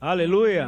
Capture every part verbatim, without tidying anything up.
Aleluia.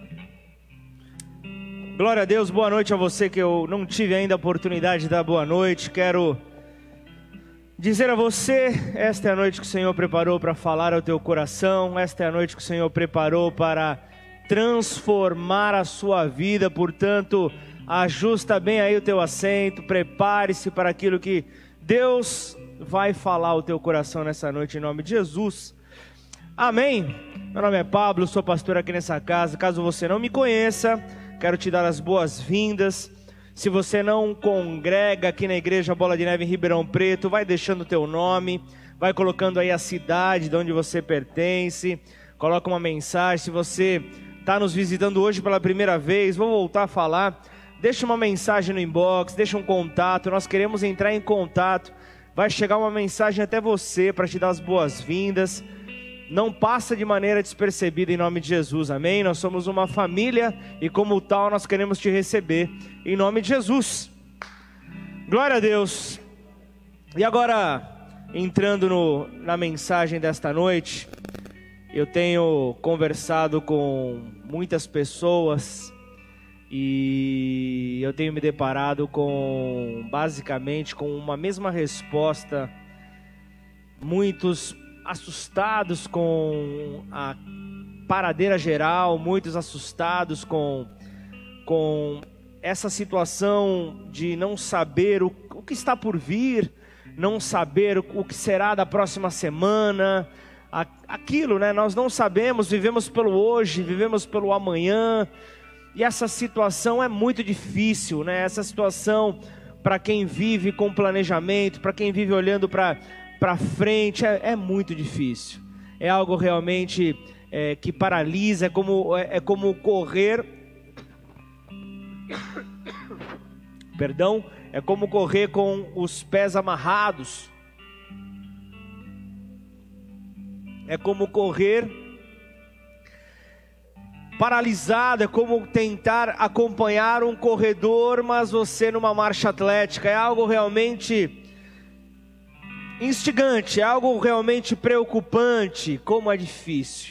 Glória a Deus, boa noite a você que eu não tive ainda a oportunidade de dar boa noite. Quero dizer a você, esta é a noite que o Senhor preparou para falar ao teu coração. Esta é a noite que o Senhor preparou para transformar a sua vida. Portanto, ajusta bem aí o teu assento, prepare-se para aquilo que Deus vai falar ao teu coração nessa noite, em nome de Jesus. Amém. Meu nome é Pablo, sou pastor aqui nessa casa. Caso você não me conheça, quero te dar as boas-vindas. Se você não congrega aqui na igreja Bola de Neve em Ribeirão Preto, vai deixando o teu nome, vai colocando aí a cidade de onde você pertence, coloca uma mensagem. Se você está nos visitando hoje pela primeira vez, vou voltar a falar, deixa uma mensagem no inbox, deixa um contato, nós queremos entrar em contato. Vai chegar uma mensagem até você para te dar as boas-vindas. Não passa de maneira despercebida em nome de Jesus, amém? Nós somos uma família e como tal nós queremos te receber em nome de Jesus. Glória a Deus. E agora, entrando no, na mensagem desta noite, eu tenho conversado com muitas pessoas e eu tenho me deparado com, basicamente, com uma mesma resposta. Muitos assustados com a paradeira geral, muitos assustados com, com essa situação de não saber o, o que está por vir, não saber o, o que será da próxima semana, a, aquilo, né? Nós não sabemos, vivemos pelo hoje, vivemos pelo amanhã, e essa situação é muito difícil, né? Essa situação, para quem vive com planejamento, para quem vive olhando para para frente, é, é muito difícil. É algo realmente é, que paralisa, é como, é, é como correr, perdão, é como correr com os pés amarrados, é como correr paralisado, é como tentar acompanhar um corredor, mas você numa marcha atlética. É algo realmente instigante, é algo realmente preocupante. Como é difícil,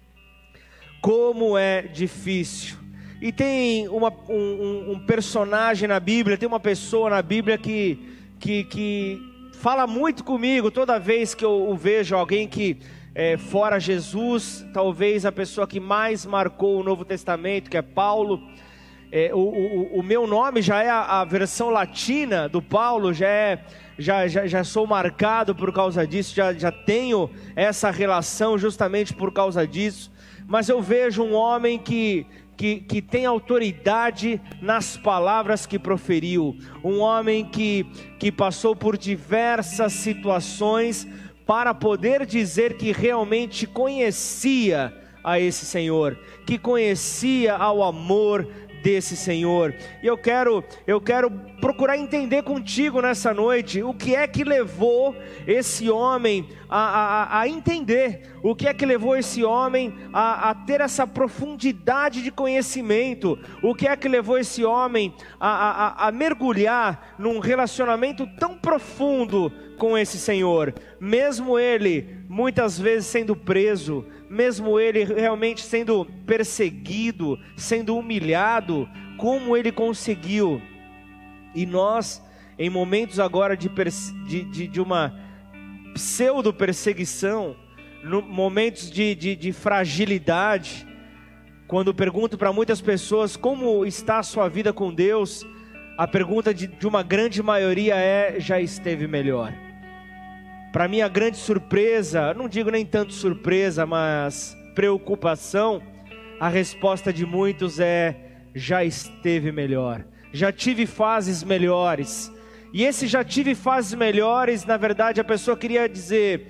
como é difícil. E tem uma, um, um personagem na Bíblia, tem uma pessoa na Bíblia que, que, que fala muito comigo toda vez que eu, eu vejo alguém que, é, fora Jesus, talvez a pessoa que mais marcou o Novo Testamento, que é Paulo. É, o, o, o meu nome já é a, a versão latina do Paulo, já é... Já, já, já sou marcado por causa disso, já, já tenho essa relação justamente por causa disso. Mas eu vejo um homem que, que, que tem autoridade nas palavras que proferiu. Um homem que, que passou por diversas situações para poder dizer que realmente conhecia a esse Senhor, que conhecia ao amor desse Senhor. E eu quero, eu quero procurar entender contigo nessa noite o que é que levou esse homem a, a, a entender, o que é que levou esse homem a, a ter essa profundidade de conhecimento, o que é que levou esse homem a, a, a mergulhar num relacionamento tão profundo com esse Senhor, mesmo ele muitas vezes sendo preso, mesmo ele realmente sendo perseguido, sendo humilhado. Como ele conseguiu? E nós, em momentos agora de, de, de, de uma pseudo-perseguição, no, momentos de, de, de fragilidade, quando pergunto para muitas pessoas como está a sua vida com Deus, a pergunta de, de uma grande maioria é: já esteve melhor. Para mim, a grande surpresa, não digo nem tanto surpresa, mas preocupação, a resposta de muitos é: já esteve melhor, já tive fases melhores. E esse já tive fases melhores, na verdade a pessoa queria dizer: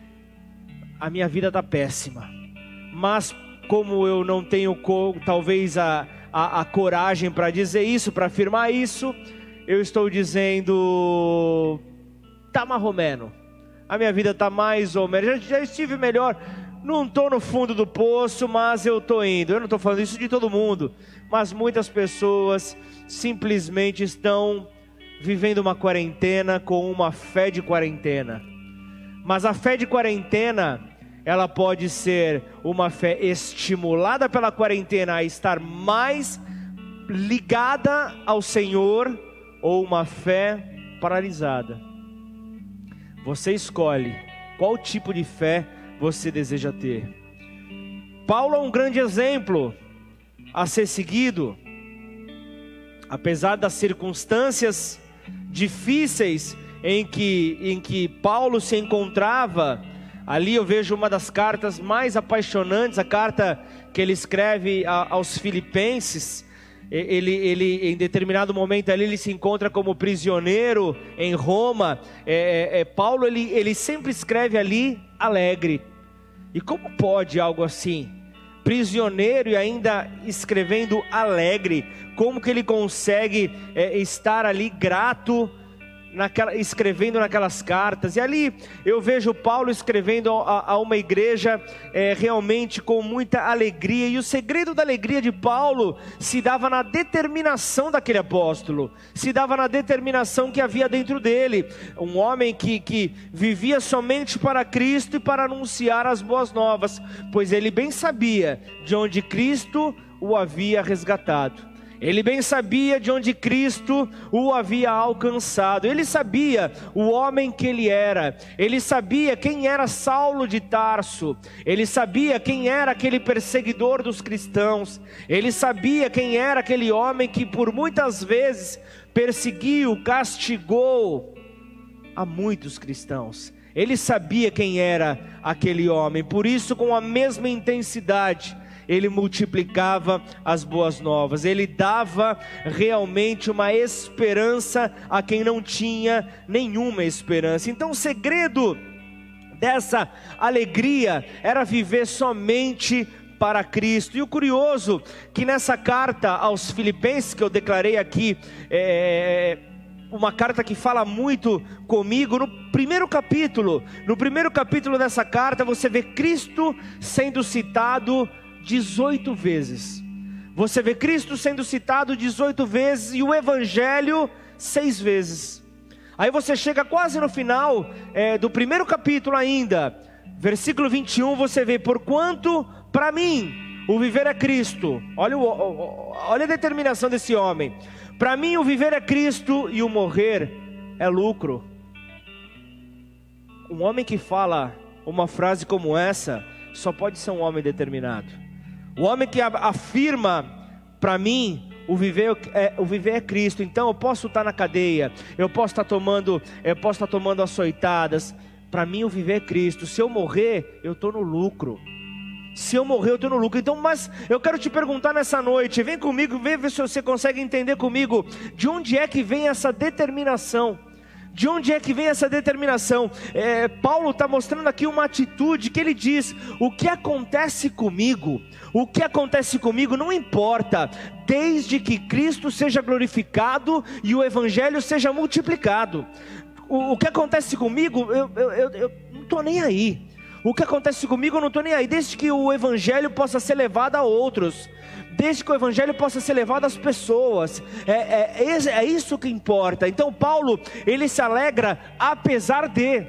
a minha vida está péssima, mas como eu não tenho talvez a, a, a coragem para dizer isso, para afirmar isso, eu estou dizendo: tá marromeno. A minha vida está mais ou menos, já, já estive melhor, não estou no fundo do poço, mas eu estou indo. Eu não estou falando isso de todo mundo, mas muitas pessoas simplesmente estão vivendo uma quarentena com uma fé de quarentena. Mas a fé de quarentena, ela pode ser uma fé estimulada pela quarentena a estar mais ligada ao Senhor, ou uma fé paralisada. Você escolhe qual tipo de fé você deseja ter. Paulo é um grande exemplo a ser seguido. Apesar das circunstâncias difíceis em que, em que Paulo se encontrava, ali eu vejo uma das cartas mais apaixonantes, a carta que ele escreve a, aos Filipenses. Ele, ele, em determinado momento ali, ele se encontra como prisioneiro em Roma. É, é, Paulo, ele, ele sempre escreve ali alegre. E como pode algo assim? Prisioneiro e ainda escrevendo alegre. Como que ele consegue é, estar ali grato, naquela, escrevendo naquelas cartas? E ali eu vejo Paulo escrevendo a, a uma igreja é, realmente com muita alegria. E o segredo da alegria de Paulo se dava na determinação daquele apóstolo, se dava na determinação que havia dentro dele. Um homem que, que vivia somente para Cristo e para anunciar as boas novas, pois ele bem sabia de onde Cristo o havia resgatado. Ele bem sabia de onde Cristo o havia alcançado. Ele sabia o homem que ele era. Ele sabia quem era Saulo de Tarso. Ele sabia quem era aquele perseguidor dos cristãos. Ele sabia quem era aquele homem que por muitas vezes perseguiu, castigou a muitos cristãos. Ele sabia quem era aquele homem. Por isso, com a mesma intensidade, ele multiplicava as boas novas. Ele dava realmente uma esperança a quem não tinha nenhuma esperança. Então o segredo dessa alegria era viver somente para Cristo. E o curioso que nessa carta aos Filipenses, que eu declarei aqui, é uma carta que fala muito comigo, no primeiro capítulo, no primeiro capítulo dessa carta, você vê Cristo sendo citado dezoito vezes. Você vê Cristo sendo citado dezoito vezes e o Evangelho seis vezes. Aí você chega quase no final é, do primeiro capítulo ainda, versículo vinte e um, você vê: porquanto para mim o viver é Cristo. Olha, o, olha a determinação desse homem. Para mim o viver é Cristo e o morrer é lucro. Um homem que fala uma frase como essa só pode ser um homem determinado. O homem que afirma: para mim o viver é, o viver é Cristo. Então eu posso estar na cadeia, eu posso estar tomando, eu posso estar tomando açoitadas. Para mim o viver é Cristo. Se eu morrer, eu estou no lucro. Se eu morrer, eu estou no lucro. Então, mas eu quero te perguntar nessa noite, vem comigo, vem ver se você consegue entender comigo, de onde é que vem essa determinação? De onde é que vem essa determinação? É, Paulo está mostrando aqui uma atitude que ele diz: o que acontece comigo, o que acontece comigo não importa, desde que Cristo seja glorificado e o Evangelho seja multiplicado. O, o que acontece comigo, eu, eu, eu, eu não estou nem aí. O que acontece comigo eu não estou nem aí, desde que o Evangelho possa ser levado a outros, desde que o Evangelho possa ser levado às pessoas. É, é, é isso que importa. Então Paulo, ele se alegra apesar de,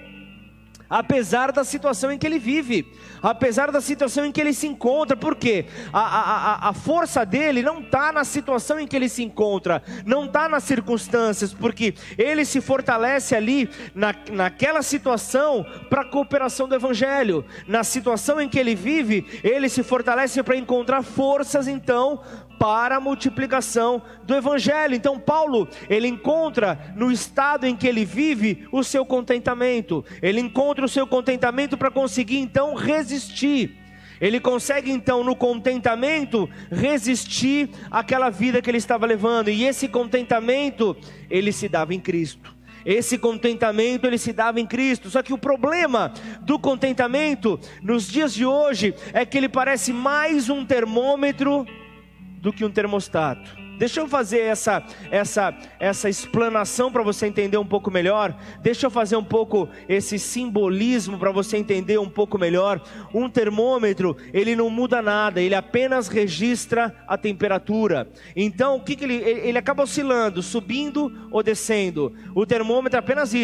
apesar da situação em que ele vive, apesar da situação em que ele se encontra. Por quê? A, a, a força dele não está na situação em que ele se encontra, não está nas circunstâncias, porque ele se fortalece ali na, naquela situação para a cooperação do Evangelho. Na situação em que ele vive, ele se fortalece para encontrar forças então para a multiplicação do Evangelho. Então Paulo, ele encontra no estado em que ele vive o seu contentamento. Ele encontra o seu contentamento para conseguir então resistir. Ele consegue então no contentamento resistir àquela vida que ele estava levando. E esse contentamento ele se dava em Cristo. Esse contentamento ele se dava em Cristo. Só que o problema do contentamento nos dias de hoje é que ele parece mais um termômetro do que um termostato. Deixa eu fazer essa, essa, essa explanação para você entender um pouco melhor. Deixa eu fazer um pouco esse simbolismo para você entender um pouco melhor. Um termômetro, ele não muda nada, ele apenas registra a temperatura. Então, o que que ele, ele acaba oscilando, subindo ou descendo. O termômetro é apenas isso.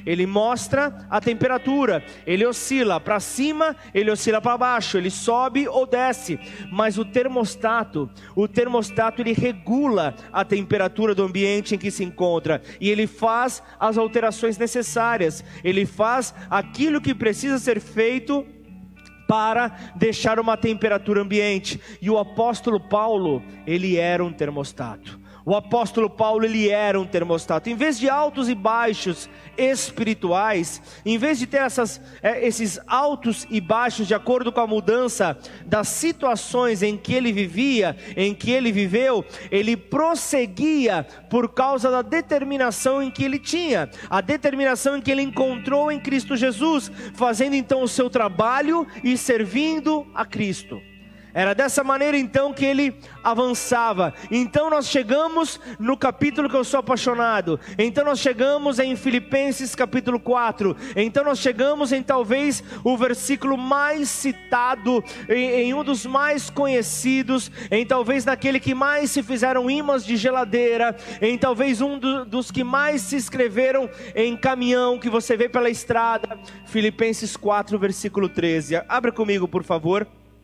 ele mostra a temperatura, ele oscila para cima, ele oscila para baixo, ele sobe ou desce, mas o termostato, o termostato ele regula a temperatura do ambiente em que se encontra, e ele faz as alterações necessárias, ele faz aquilo que precisa ser feito para deixar uma temperatura ambiente. E o apóstolo Paulo, ele era um termostato. O apóstolo Paulo, ele era um termostato. Em vez de altos e baixos espirituais, em vez de ter essas, é, esses altos e baixos de acordo com a mudança das situações em que ele vivia, em que ele viveu, ele prosseguia por causa da determinação em que ele tinha, a determinação em que ele encontrou em Cristo Jesus, fazendo então o seu trabalho e servindo a Cristo. Era dessa maneira então que ele avançava. Então nós chegamos no capítulo que eu sou apaixonado. Então nós chegamos em Filipenses capítulo quatro. Então nós chegamos em talvez o versículo mais citado, em, em um dos mais conhecidos, em talvez naquele que mais se fizeram ímãs de geladeira, em talvez um do, dos que mais se escreveram em caminhão que você vê pela estrada. Filipenses quatro, versículo treze. Abra comigo, por favor.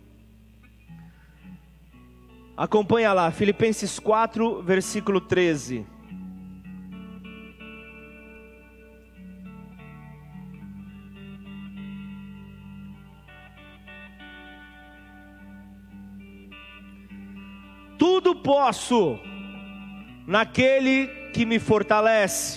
Acompanha lá, Filipenses quatro, versículo treze. Tudo posso naquele que me fortalece.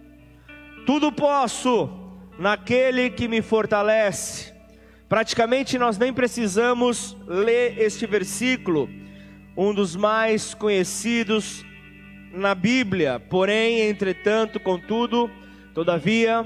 Tudo posso naquele que me fortalece. Praticamente nós nem precisamos ler este versículo, um dos mais conhecidos na Bíblia. Porém, entretanto, contudo, todavia,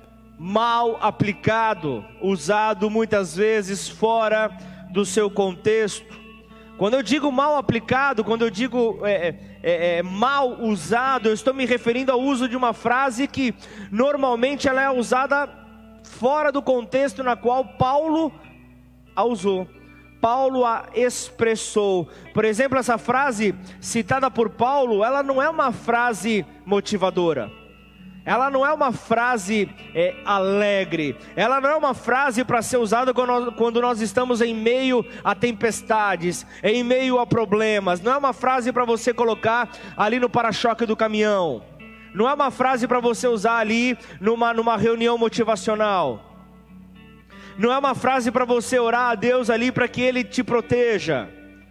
mal aplicado, usado muitas vezes fora do seu contexto. Quando eu digo mal aplicado, quando eu digo é, é, é, mal usado, eu estou me referindo ao uso de uma frase que normalmente ela é usada fora do contexto na qual Paulo a usou. Paulo a expressou. Por exemplo, essa frase citada por Paulo, ela não é uma frase motivadora, ela não é uma frase é, alegre, ela não é uma frase para ser usada quando nós, quando nós estamos em meio a tempestades, em meio a problemas. Não é uma frase para você colocar ali no para-choque do caminhão, não é uma frase para você usar ali numa, numa reunião motivacional. Não é uma frase para você orar a Deus ali para que Ele te proteja.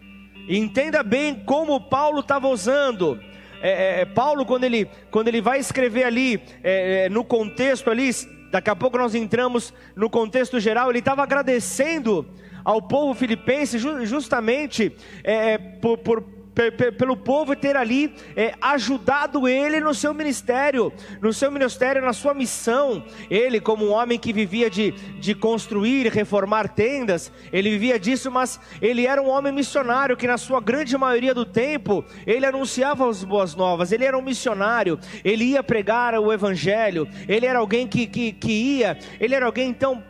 Entenda bem como Paulo estava usando. É, é, Paulo, quando ele, quando ele vai escrever ali, é, é, no contexto ali, daqui a pouco nós entramos no contexto geral, ele estava agradecendo ao povo filipense justamente é, por... por pelo povo ter ali é, ajudado ele no seu ministério, no seu ministério, na sua missão. Ele, como um homem que vivia de, de construir e reformar tendas, ele vivia disso, mas ele era um homem missionário, que na sua grande maioria do tempo, ele anunciava as boas novas, ele era um missionário, ele ia pregar o evangelho, ele era alguém que, que, que ia, ele era alguém então,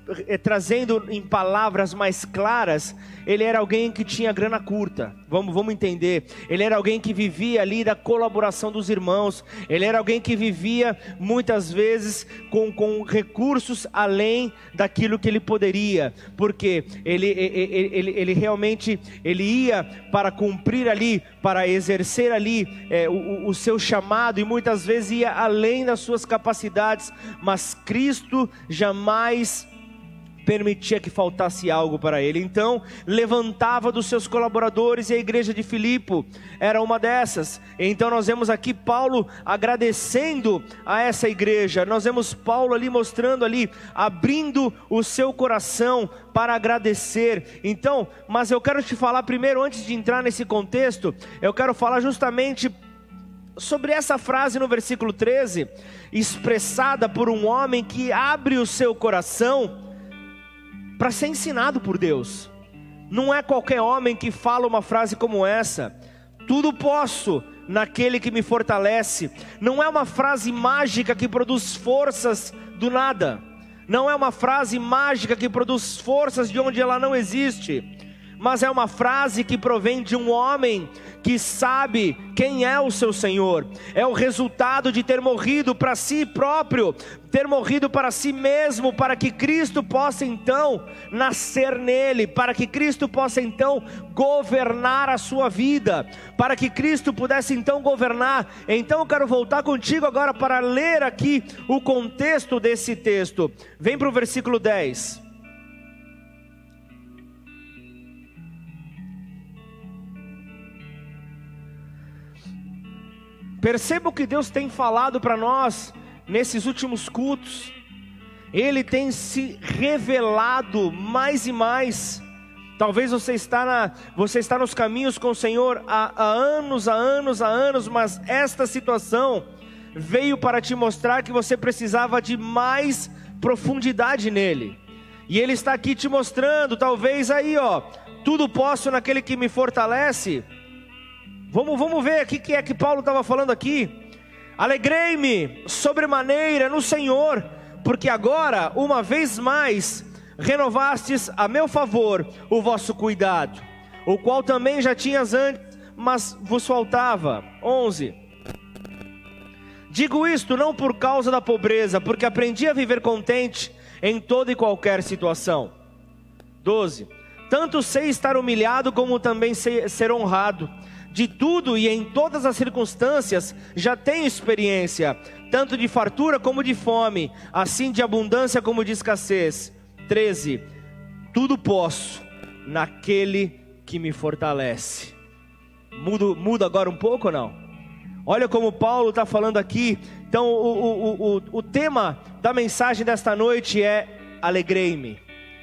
trazendo em palavras mais claras, ele era alguém que tinha grana curta, vamos, vamos entender, ele era alguém que vivia ali da colaboração dos irmãos, ele era alguém que vivia muitas vezes com, com recursos além daquilo que ele poderia, porque ele, ele, ele, ele realmente, ele ia para cumprir ali, para exercer ali é, o, o seu chamado, e muitas vezes ia além das suas capacidades, mas Cristo jamais permitia que faltasse algo para ele. Então levantava dos seus colaboradores, e a igreja de Filipe era uma dessas. Então nós vemos aqui Paulo agradecendo a essa igreja, nós vemos Paulo ali mostrando ali, abrindo o seu coração para agradecer. Então, mas eu quero te falar primeiro, antes de entrar nesse contexto, eu quero falar justamente sobre essa frase no versículo treze, expressada por um homem que abre o seu coração para ser ensinado por Deus. Não é qualquer homem que fala uma frase como essa: tudo posso naquele que me fortalece. Não é uma frase mágica que produz forças do nada, não é uma frase mágica que produz forças de onde ela não existe, mas é uma frase que provém de um homem que sabe quem é o seu Senhor. É o resultado de ter morrido para si próprio, ter morrido para si mesmo, para que Cristo possa então nascer nele, para que Cristo possa então governar a sua vida, para que Cristo pudesse então governar. Então eu quero voltar contigo agora para ler aqui o contexto desse texto. Vem para o versículo dez. Perceba o que Deus tem falado para nós nesses últimos cultos. Ele tem se revelado mais e mais. Talvez você está, na, você está nos caminhos com o Senhor há, há anos, há anos, há anos, mas esta situação veio para te mostrar que você precisava de mais profundidade nele. E Ele está aqui te mostrando, talvez aí ó, tudo posso naquele que me fortalece. Vamos, vamos ver o que é que Paulo estava falando aqui. Alegrei-me sobremaneira no Senhor, porque agora, uma vez mais, renovastes a meu favor o vosso cuidado, o qual também já tinhas antes, mas vos faltava. onze. Digo isto não por causa da pobreza, porque aprendi a viver contente em toda e qualquer situação. doze. Tanto sei estar humilhado, como também sei ser honrado. De tudo e em todas as circunstâncias já tenho experiência, tanto de fartura como de fome, assim de abundância como de escassez. treze. Tudo posso naquele que me fortalece. Muda, muda agora um pouco ou não? Olha como Paulo está falando aqui. Então o, o, o, o tema da mensagem desta noite é alegrei-me.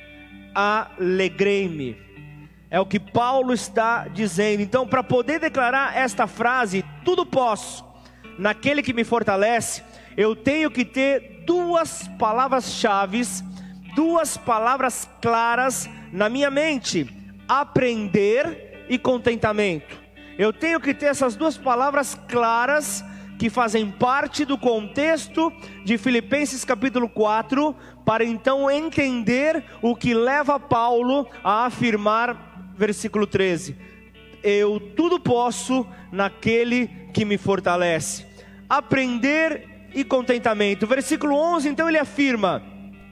Alegrei-me. É o que Paulo está dizendo. Então, para poder declarar esta frase, tudo posso naquele que me fortalece, eu tenho que ter duas palavras-chave, duas palavras claras na minha mente: aprender e contentamento. Eu tenho que ter essas duas palavras claras, que fazem parte do contexto de Filipenses capítulo quatro, para então entender o que leva Paulo a afirmar, versículo treze, eu tudo posso naquele que me fortalece. Aprender e contentamento. Versículo onze, então ele afirma: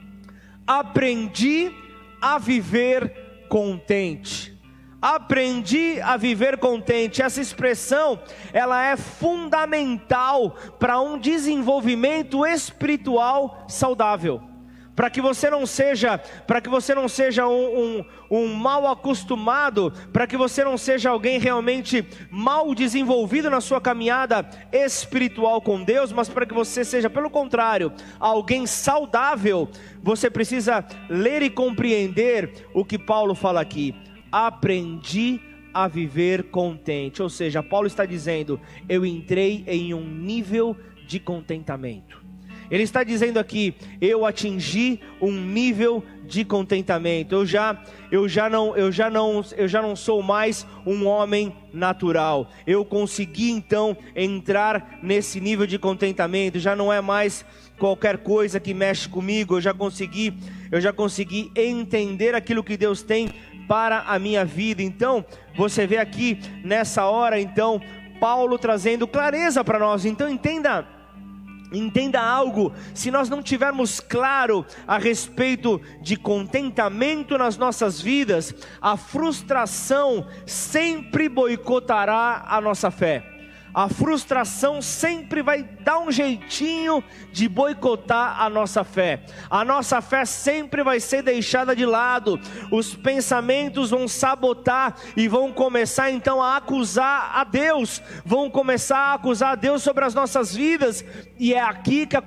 aprendi a viver contente. Aprendi a viver contente. Essa expressão, ela é fundamental para um desenvolvimento espiritual saudável. Para que você não seja, para que você não seja um, um, um mal acostumado, para que você não seja alguém realmente mal desenvolvido na sua caminhada espiritual com Deus, mas para que você seja, pelo contrário, alguém saudável, você precisa ler e compreender o que Paulo fala aqui. Aprendi a viver contente. Ou seja, Paulo está dizendo, eu entrei em um nível de contentamento. Ele está dizendo aqui, eu atingi um nível de contentamento. Eu já, eu já não, eu já não, eu já não sou mais um homem natural. Eu consegui então entrar nesse nível de contentamento. Já não é mais qualquer coisa que mexe comigo. Eu já consegui, eu já consegui entender aquilo que Deus tem para a minha vida. Então, você vê aqui nessa hora, então, Paulo trazendo clareza para nós. Então, entenda. Entenda algo, se nós não tivermos claro a respeito de contentamento nas nossas vidas, a frustração sempre boicotará a nossa fé. A frustração sempre vai dar um jeitinho de boicotar a nossa fé. A nossa fé sempre vai ser deixada de lado. Os pensamentos vão sabotar e vão começar então a acusar a Deus. Vão começar a acusar a Deus sobre as nossas vidas. E é aqui que a,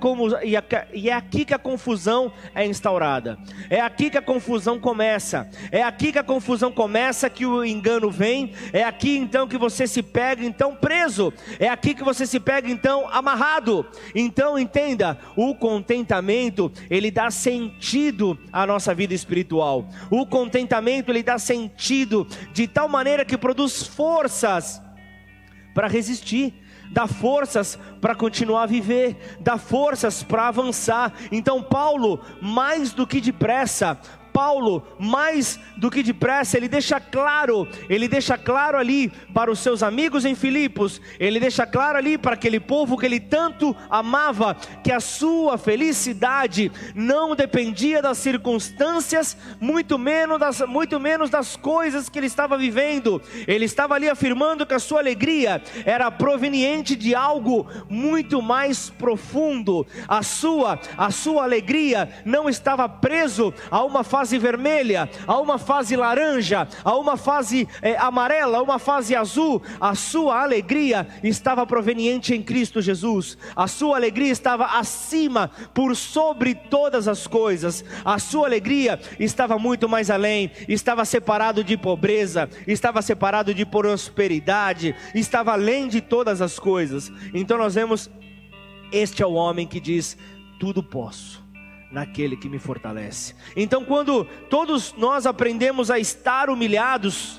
e é aqui que a confusão é instaurada. É aqui que a confusão começa. É aqui que a confusão começa, que o engano vem. É aqui então que você se pega então preso. É aqui que você se pega então amarrado. Então entenda, o contentamento, ele dá sentido à nossa vida espiritual. O contentamento, ele dá sentido de tal maneira que produz forças para resistir, dá forças para continuar a viver, dá forças para avançar. Então Paulo, mais do que depressa, Paulo, mais do que depressa, ele deixa claro, ele deixa claro ali para os seus amigos em Filipos, ele deixa claro ali para aquele povo que ele tanto amava, que a sua felicidade não dependia das circunstâncias, muito menos das, muito menos das coisas que ele estava vivendo. Ele estava ali afirmando que a sua alegria era proveniente de algo muito mais profundo. A sua, a sua alegria não estava preso a uma fase vermelha, a uma fase laranja, a uma fase é, amarela, a uma fase azul. A sua alegria estava proveniente em Cristo Jesus. A sua alegria estava acima, por sobre todas as coisas. A sua alegria estava muito mais além, estava separado de pobreza, estava separado de prosperidade, estava além de todas as coisas. Então nós vemos, este é o homem que diz: tudo posso naquele que me fortalece. Então, quando todos nós aprendemos a estar humilhados,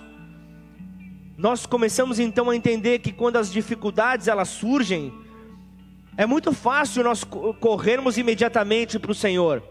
nós começamos então a entender que quando as dificuldades elas surgem, é muito fácil nós corrermos imediatamente para o Senhor,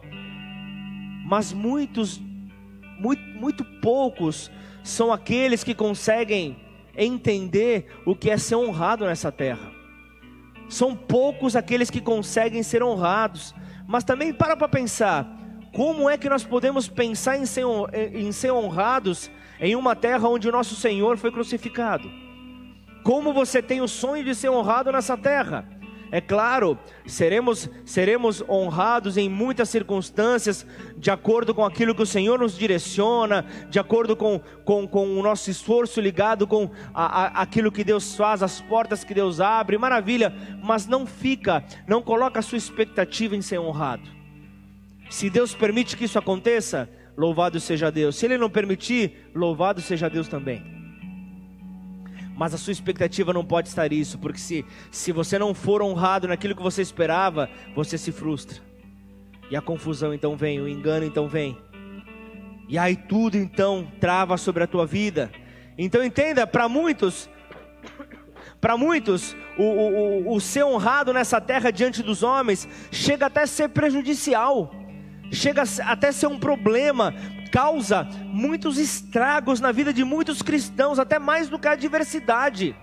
mas muitos, muito, muito poucos são aqueles que conseguem entender o que é ser honrado nessa terra. São poucos aqueles que conseguem ser honrados. Mas também para para pensar, como é que nós podemos pensar em ser, em ser honrados em uma terra onde o nosso Senhor foi crucificado? Como você tem o sonho de ser honrado nessa terra? É claro, seremos, seremos honrados em muitas circunstâncias, de acordo com aquilo que o Senhor nos direciona, de acordo com, com, com o nosso esforço ligado com a, a, aquilo que Deus faz, as portas que Deus abre, maravilha. Mas não fica, não coloca a sua expectativa em ser honrado. Se Deus permite que isso aconteça, louvado seja Deus. Se Ele não permitir, louvado seja Deus também. Mas a sua expectativa não pode estar isso, porque se, se você não for honrado naquilo que você esperava, você se frustra. E a confusão então vem, o engano então vem. E aí tudo então trava sobre a tua vida. Então entenda, para muitos, para muitos, o, o, o ser honrado nessa terra diante dos homens, chega até a ser prejudicial. Chega até a ser um problema, causa muitos estragos na vida de muitos cristãos, até mais do que a adversidade.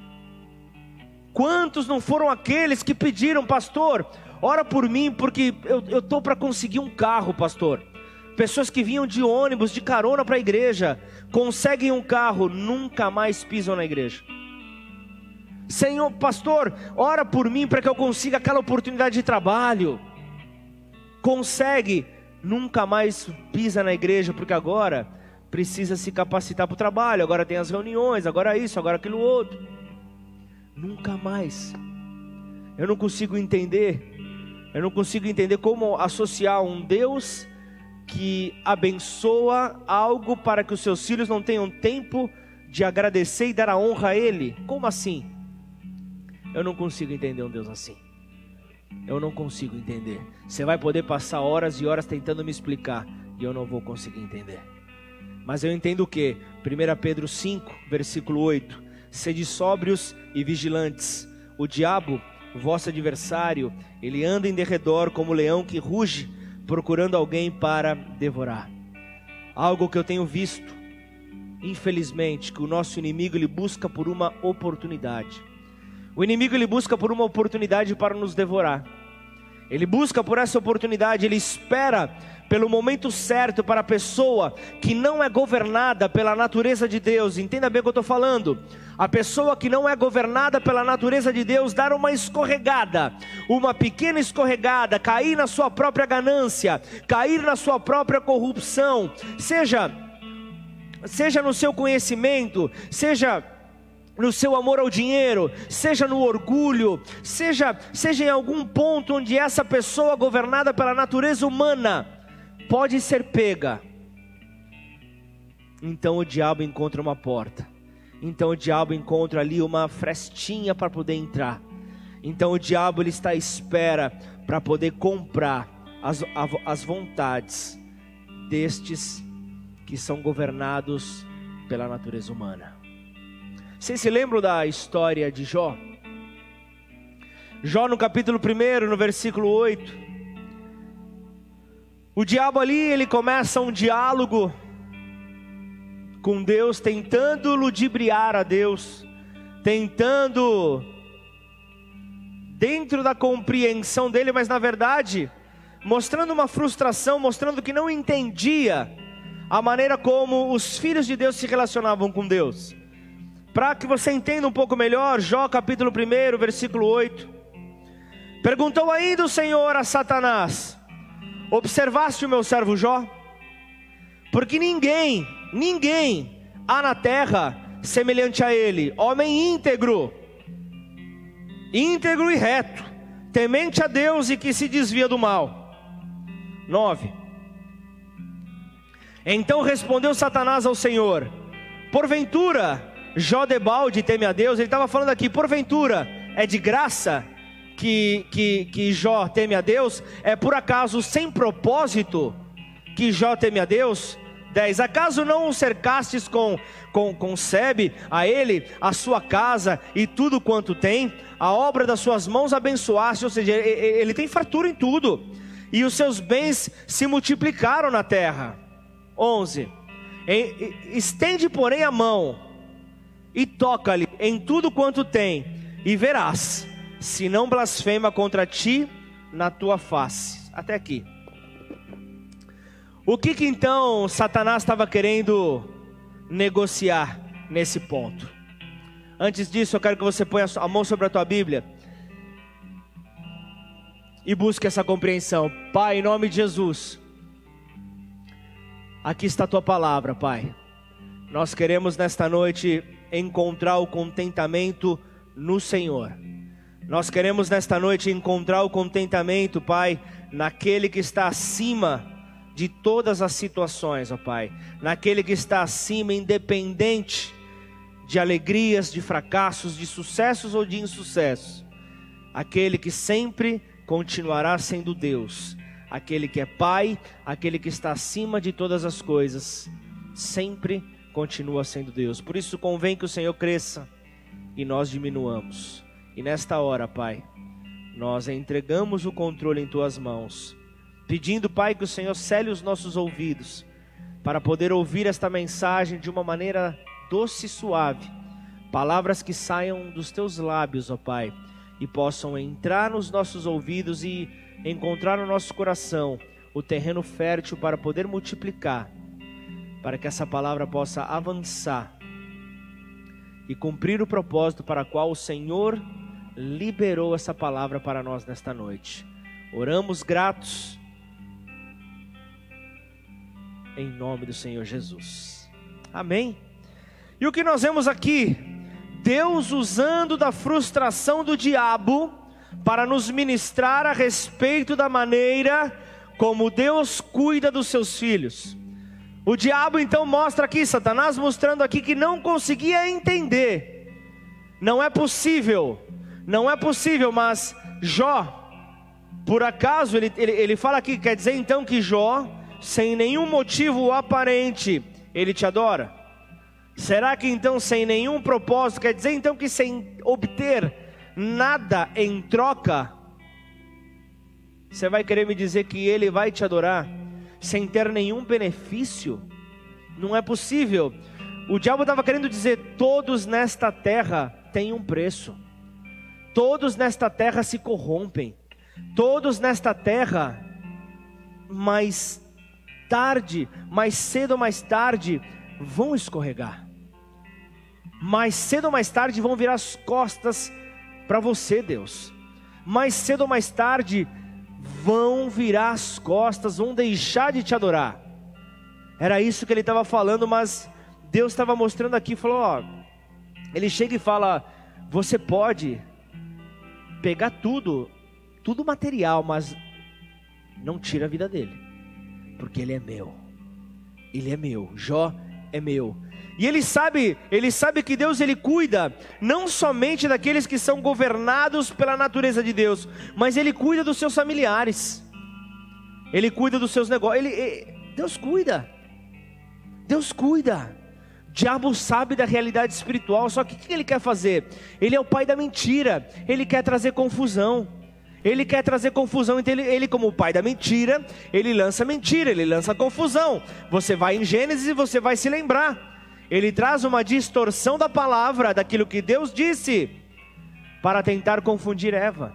Quantos não foram aqueles que pediram: pastor, ora por mim, porque eu estou para conseguir um carro, pastor. Pessoas que vinham de ônibus, de carona para a igreja, conseguem um carro, nunca mais pisam na igreja. Senhor, pastor, ora por mim para que eu consiga aquela oportunidade de trabalho. Consegue, nunca mais pisa na igreja, porque agora precisa se capacitar para o trabalho, agora tem as reuniões, agora isso, agora aquilo outro. Nunca mais. Eu não consigo entender, eu não consigo entender como associar um Deus que abençoa algo para que os seus filhos não tenham tempo de agradecer e dar a honra a Ele. Como assim? Eu não consigo entender um Deus assim. Eu não consigo entender. Você vai poder passar horas e horas tentando me explicar, e eu não vou conseguir entender. Mas eu entendo o que? primeira Pedro cinco, versículo oito. Sede sóbrios e vigilantes. O diabo, vosso adversário, ele anda em derredor como leão que ruge, procurando alguém para devorar. Algo que eu tenho visto, infelizmente, que o nosso inimigo ele busca por uma oportunidade. O inimigo ele busca por uma oportunidade para nos devorar. Ele busca por essa oportunidade, ele espera pelo momento certo para a pessoa que não é governada pela natureza de Deus. Entenda bem o que eu estou falando. A pessoa que não é governada pela natureza de Deus dar uma escorregada, uma pequena escorregada, cair na sua própria ganância, cair na sua própria corrupção, seja, seja no seu conhecimento, seja no seu amor ao dinheiro, seja no orgulho, seja, seja em algum ponto onde essa pessoa governada pela natureza humana pode ser pega. Então o diabo encontra uma porta. Então o diabo encontra ali uma frestinha para poder entrar. Então o diabo ele está à espera para poder comprar as, as vontades destes que são governados pela natureza humana. Vocês se lembram da história de Jó? Jó no capítulo um, no versículo oito. O diabo ali, ele começa um diálogo com Deus, tentando ludibriar a Deus, tentando, dentro da compreensão dele, mas na verdade, mostrando uma frustração, mostrando que não entendia a maneira como os filhos de Deus se relacionavam com Deus. Para que você entenda um pouco melhor, Jó capítulo um, versículo oito. Perguntou ainda o Senhor a Satanás: observaste o meu servo Jó? Porque ninguém, ninguém há na terra semelhante a ele, homem íntegro, íntegro e reto, temente a Deus e que se desvia do mal. nove. Então respondeu Satanás ao Senhor: porventura Jó debalde teme a Deus? Ele estava falando aqui, porventura é de graça que, que, que Jó teme a Deus? É por acaso sem propósito que Jó teme a Deus? dez. Acaso não o cercastes com, com, com sebe a ele, a sua casa e tudo quanto tem? A obra das suas mãos abençoaste, ou seja, ele, ele tem fartura em tudo, e os seus bens se multiplicaram na terra. onze. Estende porém a mão e toca-lhe em tudo quanto tem, e verás se não blasfema contra ti na tua face. Até aqui. O que que então Satanás estava querendo negociar nesse ponto? Antes disso, eu quero que você ponha a mão sobre a tua Bíblia e busque essa compreensão. Pai, em nome de Jesus, aqui está a tua palavra, Pai. Nós queremos nesta noite encontrar o contentamento no Senhor. Nós queremos nesta noite encontrar o contentamento, Pai, naquele que está acima de todas as situações, ó Pai. Naquele que está acima, independente de alegrias, de fracassos, de sucessos ou de insucessos. Aquele que sempre continuará sendo Deus. Aquele que é Pai, aquele que está acima de todas as coisas, sempre continua sendo Deus. Por isso convém que o Senhor cresça e nós diminuamos. E nesta hora, Pai, nós entregamos o controle em tuas mãos, pedindo, Pai, que o Senhor cele os nossos ouvidos para poder ouvir esta mensagem de uma maneira doce e suave. Palavras que saiam dos teus lábios, ó Pai, e possam entrar nos nossos ouvidos e encontrar no nosso coração o terreno fértil para poder multiplicar, para que essa palavra possa avançar e cumprir o propósito para o qual o Senhor liberou essa palavra para nós nesta noite. Oramos gratos em nome do Senhor Jesus. Amém. E o que nós vemos aqui? Deus usando da frustração do diabo para nos ministrar a respeito da maneira como Deus cuida dos seus filhos. O diabo então mostra aqui, Satanás mostrando aqui que não conseguia entender. Não é possível, não é possível, mas Jó, por acaso, ele, ele, ele fala aqui, quer dizer então que Jó, sem nenhum motivo aparente, ele te adora? Será que então sem nenhum propósito, quer dizer então que sem obter nada em troca, você vai querer me dizer que ele vai te adorar sem ter nenhum benefício? Não é possível. O diabo estava querendo dizer: todos nesta terra têm um preço, todos nesta terra se corrompem, todos nesta terra, mais tarde, mais cedo ou mais tarde, vão escorregar, mais cedo ou mais tarde vão virar as costas para você, Deus. Mais cedo ou mais tarde vão virar as costas, vão deixar de te adorar. Era isso que ele estava falando, mas Deus estava mostrando aqui, falou, ó, ele chega e fala: você pode pegar tudo, tudo material, mas não tira a vida dele, porque ele é meu, ele é meu, Jó é meu. E ele sabe, ele sabe que Deus, ele cuida não somente daqueles que são governados pela natureza de Deus, mas ele cuida dos seus familiares, ele cuida dos seus negócios, ele, ele, Deus cuida, Deus cuida. O diabo sabe da realidade espiritual, só que o que ele quer fazer? Ele é o pai da mentira, ele quer trazer confusão, Ele quer trazer confusão, então ele, ele como o pai da mentira, ele lança mentira, ele lança confusão. Você vai em Gênesis e você vai se lembrar. Ele traz uma distorção da palavra, daquilo que Deus disse, para tentar confundir Eva.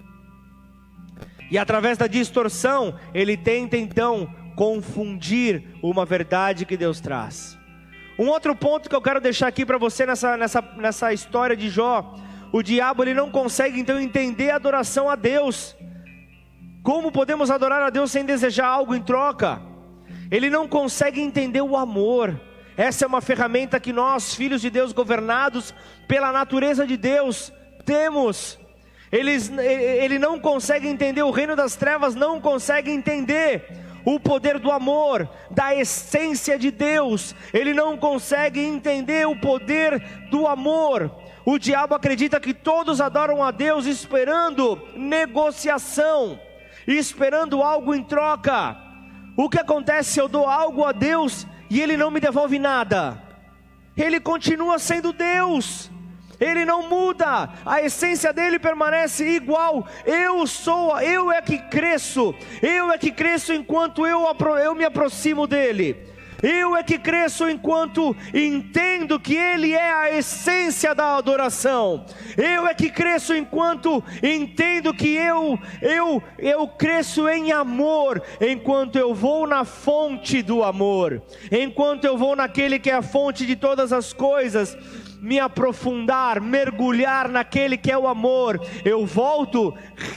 E através da distorção, ele tenta então confundir uma verdade que Deus traz. Um outro ponto que eu quero deixar aqui para você nessa, nessa, nessa história de Jó: o diabo ele não consegue então entender a adoração a Deus. Como podemos adorar a Deus sem desejar algo em troca? Ele não consegue entender o amor. Essa é uma ferramenta que nós, filhos de Deus, governados pela natureza de Deus, temos. Eles, ele não consegue entender, o reino das trevas não consegue entender o poder do amor, da essência de Deus. Ele não consegue entender o poder do amor. O diabo acredita que todos adoram a Deus esperando negociação, esperando algo em troca. O que acontece se eu dou algo a Deus e Ele não me devolve nada? Ele continua sendo Deus. Ele não muda, a essência dele permanece igual. Eu sou, eu é que cresço, eu é que cresço enquanto eu, eu me aproximo dele. Eu é que cresço enquanto entendo que Ele é a essência da adoração. Eu é que cresço enquanto entendo que eu, eu, eu cresço em amor, enquanto eu vou na fonte do amor, enquanto eu vou naquele que é a fonte de todas as coisas, me aprofundar, mergulhar naquele que é o amor. Eu volto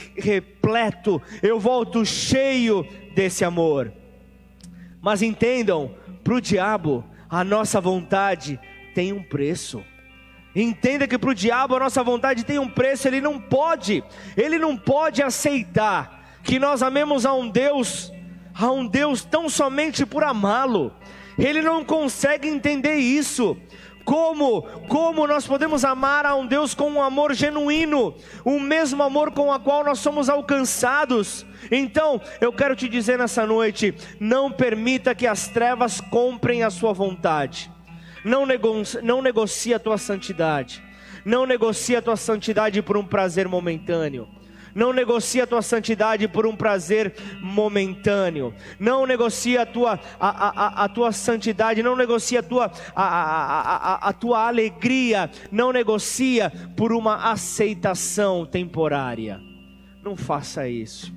repleto, eu volto cheio desse amor. Mas entendam, para o diabo, a nossa vontade tem um preço. Entenda que para o diabo a nossa vontade tem um preço. Ele não pode, ele não pode aceitar que nós amemos a um Deus, a um Deus tão somente por amá-lo. Ele não consegue entender isso. Como, como nós podemos amar a um Deus com um amor genuíno, o mesmo amor com o qual nós somos alcançados? Então, eu quero te dizer nessa noite: não permita que as trevas comprem a sua vontade. Não, nego, não negocie a tua santidade. Não negocie a tua santidade por um prazer momentâneo. Não negocie a tua santidade por um prazer momentâneo. Não negocie a tua, a, a, a tua santidade. Não negocie a tua, a, a, a, a tua alegria. Não negocia por uma aceitação temporária. Não faça isso.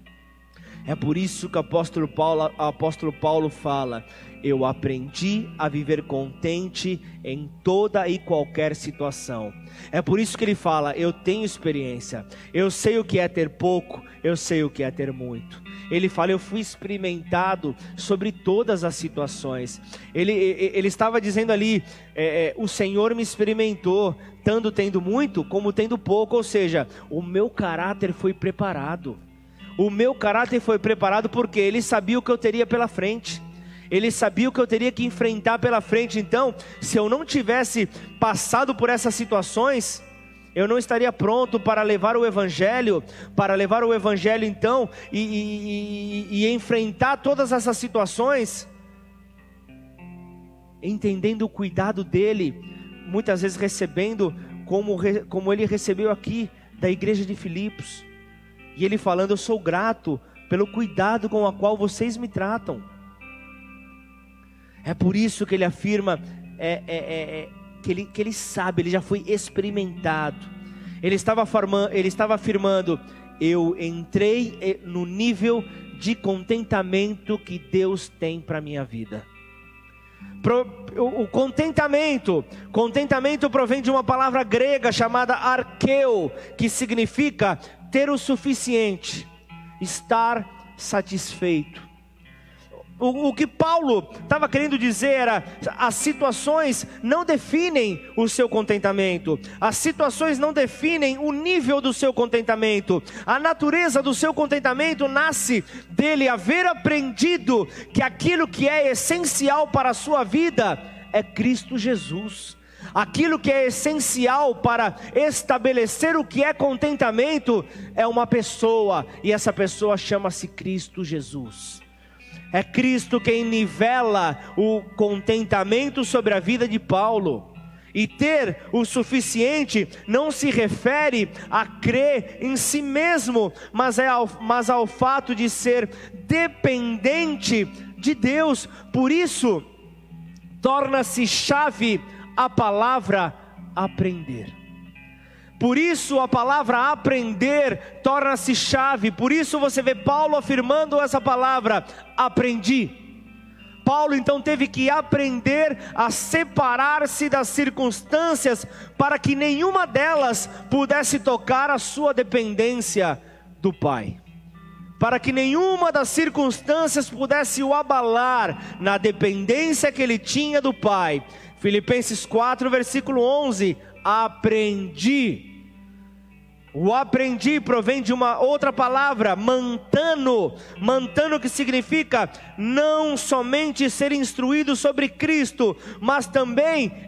É por isso que o apóstolo Paulo, o apóstolo Paulo fala: eu aprendi a viver contente em toda e qualquer situação. É por isso que ele fala: eu tenho experiência, eu sei o que é ter pouco, eu sei o que é ter muito. Ele fala: eu fui experimentado sobre todas as situações. Ele, ele estava dizendo ali, é, o Senhor me experimentou, tanto tendo muito como tendo pouco. Ou seja, o meu caráter foi preparado. O meu caráter foi preparado porque Ele sabia o que eu teria pela frente. Ele sabia o que eu teria que enfrentar pela frente. Então, se eu não tivesse passado por essas situações, eu não estaria pronto para levar o Evangelho, para levar o Evangelho então, e, e, e, e enfrentar todas essas situações, entendendo o cuidado dele, muitas vezes recebendo como, como ele recebeu aqui da igreja de Filipos. E ele falando: eu sou grato pelo cuidado com o qual vocês me tratam. É por isso que ele afirma, é, é, é, que, ele, que ele sabe, ele já foi experimentado. Ele estava, formando, ele estava afirmando: eu entrei no nível de contentamento que Deus tem para a minha vida. Pro, o, o contentamento, contentamento provém de uma palavra grega chamada arqueu, que significa ter o suficiente, estar satisfeito. O, o que Paulo estava querendo dizer era: as situações não definem o seu contentamento, as situações não definem o nível do seu contentamento. A natureza do seu contentamento nasce dele haver aprendido que aquilo que é essencial para a sua vida é Cristo Jesus. Aquilo que é essencial para estabelecer o que é contentamento é uma pessoa, e essa pessoa chama-se Cristo Jesus. É Cristo quem nivela o contentamento sobre a vida de Paulo. E ter o suficiente não se refere a crer em si mesmo, mas, é ao, mas ao fato de ser dependente de Deus. Por isso, torna-se chave a palavra aprender. Por isso a palavra aprender torna-se chave. Por isso você vê Paulo afirmando essa palavra, aprendi. Paulo então teve que aprender a separar-se das circunstâncias para que nenhuma delas pudesse tocar a sua dependência do Pai. Para que nenhuma das circunstâncias pudesse o abalar na dependência que ele tinha do Pai. Filipenses quatro, versículo onze, aprendi. O aprendi provém de uma outra palavra, mantano, mantano que significa não somente ser instruído sobre Cristo, mas também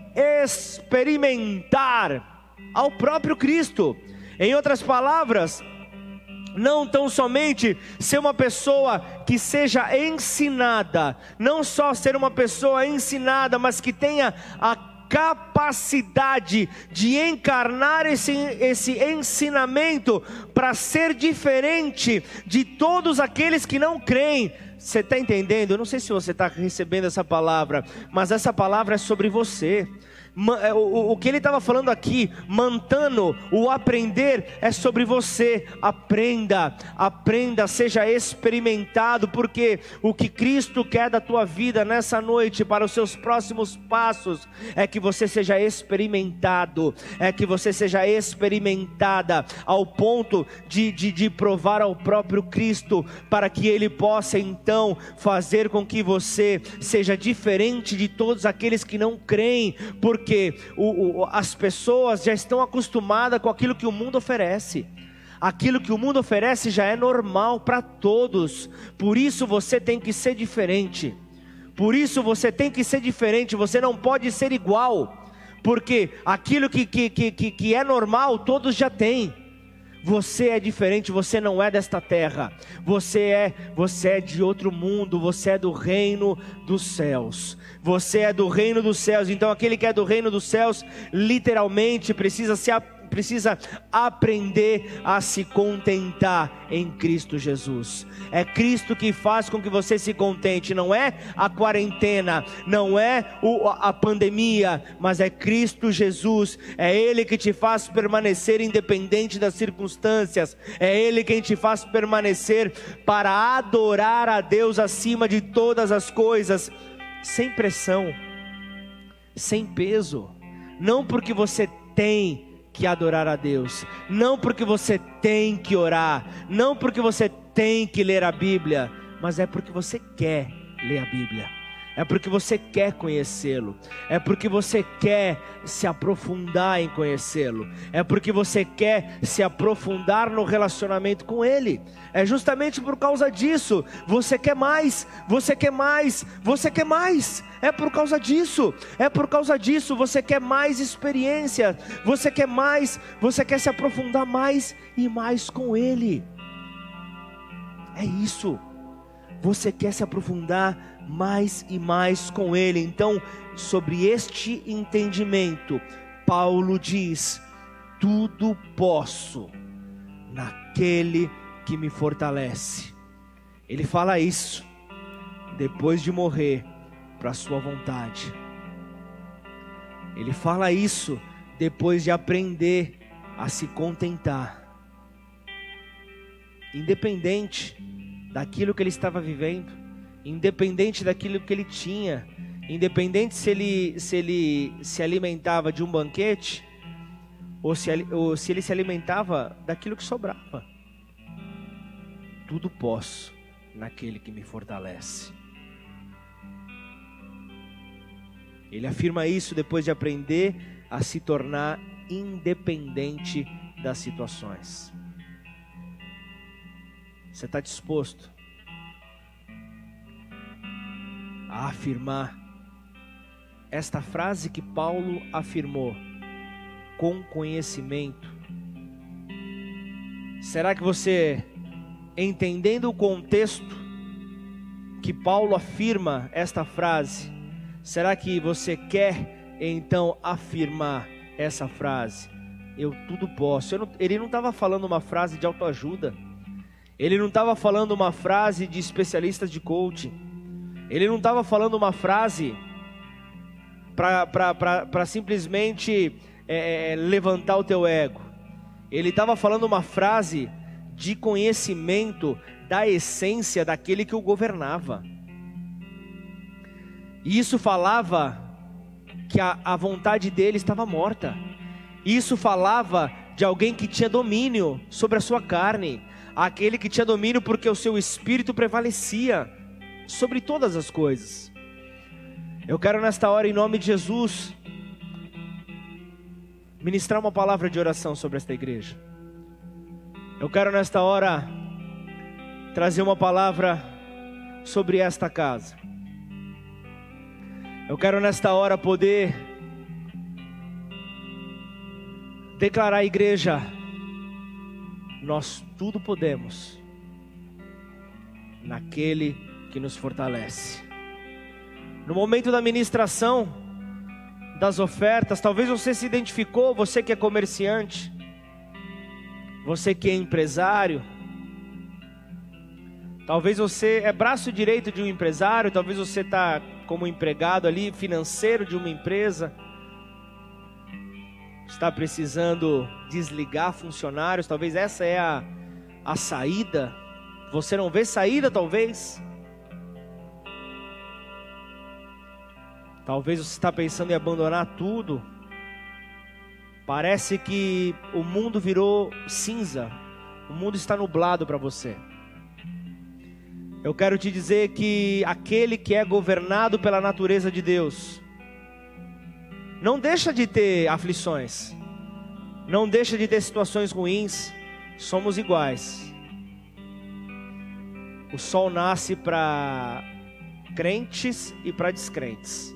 experimentar ao próprio Cristo. Em outras palavras, não tão somente ser uma pessoa que seja ensinada, não só ser uma pessoa ensinada, mas que tenha a capacidade de encarnar esse, esse ensinamento para ser diferente de todos aqueles que não creem. Você está entendendo? Eu não sei se você está recebendo essa palavra, mas essa palavra é sobre você. O, o que ele estava falando aqui, mantano, o aprender é sobre você. Aprenda, aprenda, seja experimentado, porque o que Cristo quer da tua vida nessa noite, para os seus próximos passos, é que você seja experimentado, é que você seja experimentada, ao ponto de, de, de provar ao próprio Cristo, para que Ele possa então fazer com que você seja diferente de todos aqueles que não creem, porque Porque o, o, as pessoas já estão acostumadas com aquilo que o mundo oferece. Aquilo que o mundo oferece já é normal para todos. Por isso você tem que ser diferente. Por isso você tem que ser diferente. Você não pode ser igual. Porque aquilo que, que, que, que é normal, todos já têm. Você é diferente, você não é desta terra. Você é, você é de outro mundo, você é do reino dos céus. Você é do reino dos céus. Então aquele que é do reino dos céus, literalmente precisa se precisa aprender a se contentar em Cristo Jesus. É Cristo que faz com que você se contente, não é a quarentena, não é o, a pandemia, mas é Cristo Jesus. É Ele que te faz permanecer independente das circunstâncias, é Ele quem te faz permanecer para adorar a Deus acima de todas as coisas, sem pressão, sem peso, não porque você tem que adorar a Deus, não porque você tem que orar, não porque você tem que ler a Bíblia, mas é porque você quer ler a Bíblia, é porque você quer conhecê-lo, é porque você quer se aprofundar em conhecê-lo, é porque você quer se aprofundar no relacionamento com Ele. É justamente por causa disso. Você quer mais, você quer mais, você quer mais. É por causa disso, é por causa disso. Você quer mais experiência, você quer mais, você quer se aprofundar mais e mais com Ele. É isso. Você quer se aprofundar mais e mais com Ele. Então, sobre este entendimento, Paulo diz: tudo posso naquele que me fortalece. Ele fala isso depois de morrer para a sua vontade. Ele fala isso depois de aprender a se contentar, independente daquilo que ele estava vivendo, independente daquilo que ele tinha, independente se ele se, ele se alimentava de um banquete, ou se, ou se ele se alimentava daquilo que sobrava. Tudo posso naquele que me fortalece. Ele afirma isso depois de aprender a se tornar independente das situações. Você está disposto a afirmar esta frase que Paulo afirmou, com conhecimento? Será que você, entendendo o contexto que Paulo afirma esta frase, será que você quer então afirmar essa frase: eu tudo posso. Eu não, ele não estava falando uma frase de autoajuda. Ele não estava falando uma frase de especialistas de coaching. Ele não estava falando uma frase para simplesmente é, levantar o teu ego. Ele estava falando uma frase de conhecimento da essência daquele que o governava. E isso falava que a, a vontade dele estava morta. Isso falava de alguém que tinha domínio sobre a sua carne. Aquele que tinha domínio porque o seu espírito prevalecia sobre todas as coisas. Eu quero nesta hora, em nome de Jesus, ministrar uma palavra de oração sobre esta igreja. Eu quero nesta hora trazer uma palavra sobre esta casa. Eu quero nesta hora poder declarar à igreja: nós tudo podemos naquele que nos fortalece. No momento da ministração das ofertas, talvez você se identificou, você que é comerciante, você que é empresário, talvez você é braço direito de um empresário, talvez você está como empregado ali, financeiro de uma empresa, está precisando desligar funcionários, talvez essa é a, a saída, você não vê saída talvez, talvez você está pensando em abandonar tudo, parece que o mundo virou cinza, o mundo está nublado para você. Eu quero te dizer que aquele que é governado pela natureza de Deus, não deixa de ter aflições, não deixa de ter situações ruins, somos iguais. O sol nasce para crentes e para descrentes.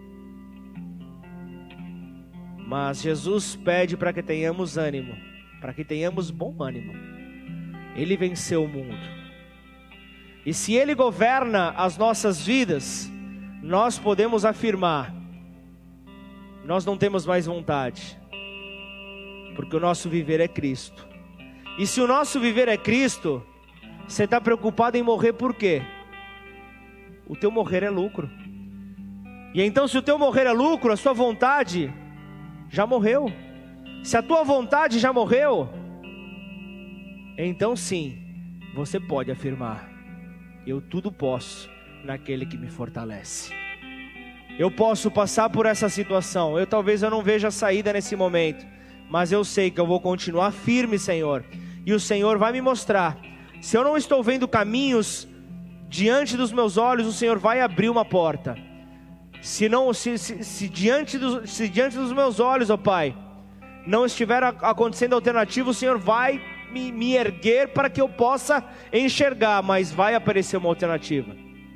Mas Jesus pede para que tenhamos ânimo, para que tenhamos bom ânimo. Ele venceu o mundo. E se Ele governa as nossas vidas, nós podemos afirmar: nós não temos mais vontade, porque o nosso viver é Cristo. E se o nosso viver é Cristo, você está preocupado em morrer por quê? O teu morrer é lucro. E então, se o teu morrer é lucro, a sua vontade já morreu. Se a tua vontade já morreu, então sim, você pode afirmar: eu tudo posso naquele que me fortalece. Eu posso passar por essa situação, eu talvez eu não veja saída nesse momento, mas eu sei que eu vou continuar firme, Senhor, e o Senhor vai me mostrar. Se eu não estou vendo caminhos diante dos meus olhos, o Senhor vai abrir uma porta. Se, não, se, se, se, diante, dos, se diante dos meus olhos, ó Pai, não estiver acontecendo alternativa, o Senhor vai me, me erguer para que eu possa enxergar, mas vai aparecer uma alternativa.